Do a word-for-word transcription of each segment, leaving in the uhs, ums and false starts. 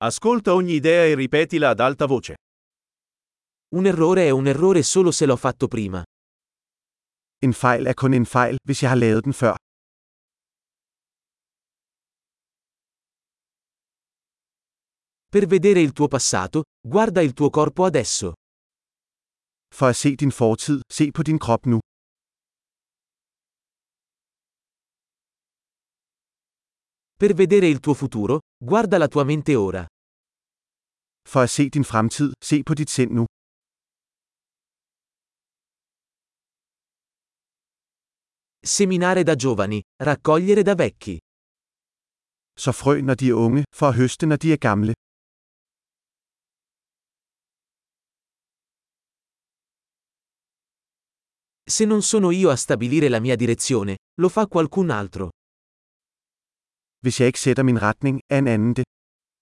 Ascolta ogni idea e ripetila ad alta voce. Un errore è un errore solo se l'ho fatto prima. En fejl er kun en fejl, hvis jeg har lavet den før. Per vedere il tuo passato, guarda il tuo corpo adesso. For at se din fortid, se på din krop nu. Per vedere il tuo futuro, guarda la tua mente ora. For at se din fremtid, se på dit sind nu. Seminare da giovani, raccogliere da vecchi. Så frø når de er unge, for at høste når de er gamle. Se non sono io a stabilire la mia direzione, lo fa qualcun altro. Hvis jeg ikke sætter min retning, er en anden det.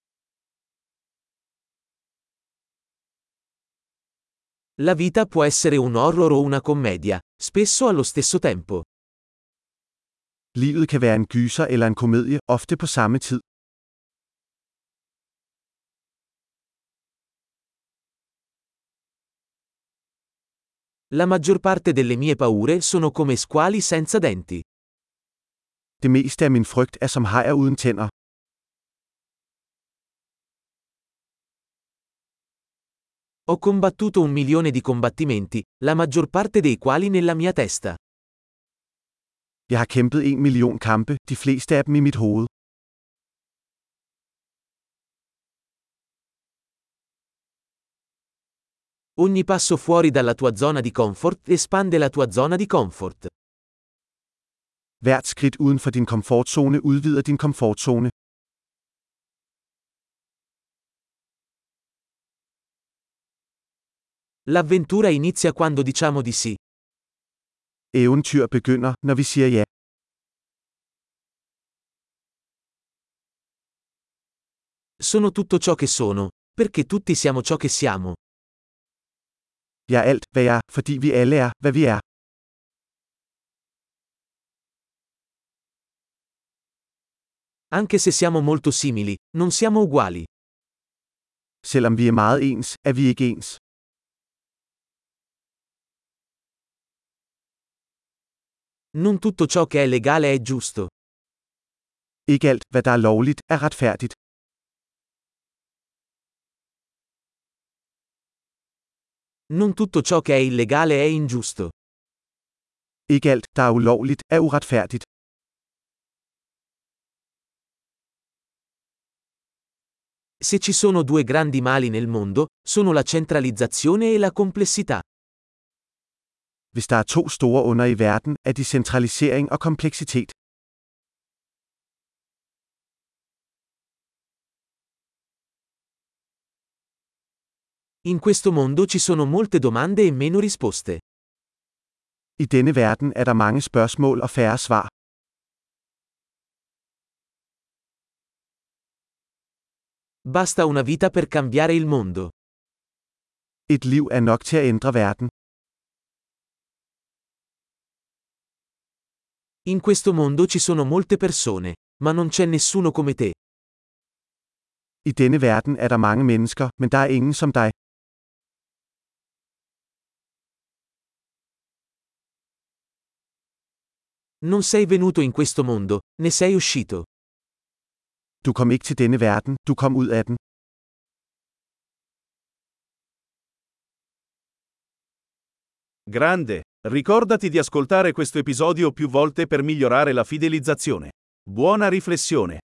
La vita può essere un horror o una commedia, spesso allo stesso tempo. Livet kan være en gyser eller en komedie, ofte på samme tid. La maggior parte delle mie paure sono come squali senza denti. Det meste af min frygt er som hajer uden tænder. Ho combattuto un milione di combattimenti, la maggior parte dei quali nella mia testa. Jeg har kæmpet en million kampe, de fleste af dem i mit hoved. Ogni passo fuori dalla tua zona di comfort espande la tua zona di comfort. Hvert skridt uden for din komfortzone udvider din komfortzone. L'avventura inizia quando diciamo di sì. Eventyr begynder, når vi siger ja. Sono tutto ciò che sono, perché tutti siamo ciò che siamo. Jeg er alt, hvad jeg er, fordi vi alle er, hvad vi er. Anche se siamo molto simili, non siamo uguali. Selvom vi er meget ens, er vi ikke ens. Non tutto ciò che è legale è giusto. Ikke alt, hvad der er lovligt, er retfærdigt. Non tutto ciò che è illegale è ingiusto. Ikke alt, der er ulovligt, er uretfærdigt. Se ci sono due grandi mali nel mondo, sono la centralizzazione e la complessità. Hvis der er to store onder i verden, er de centralisering og kompleksitet. In questo mondo ci sono molte domande e meno risposte. I denne verden er der mange spørgsmål og færre svar. Basta una vita per cambiare il mondo. Et liv er nok til at ændre verden. In questo mondo ci sono molte persone, ma non c'è nessuno come te. I denne verden er der mange mennesker, men der er ingen som dig. Non sei venuto in questo mondo, ne sei uscito. Du kom ikke til denne verden, du kom ud af den. Grande! Ricordati di ascoltare questo episodio più volte per migliorare la fidelizzazione. Buona riflessione!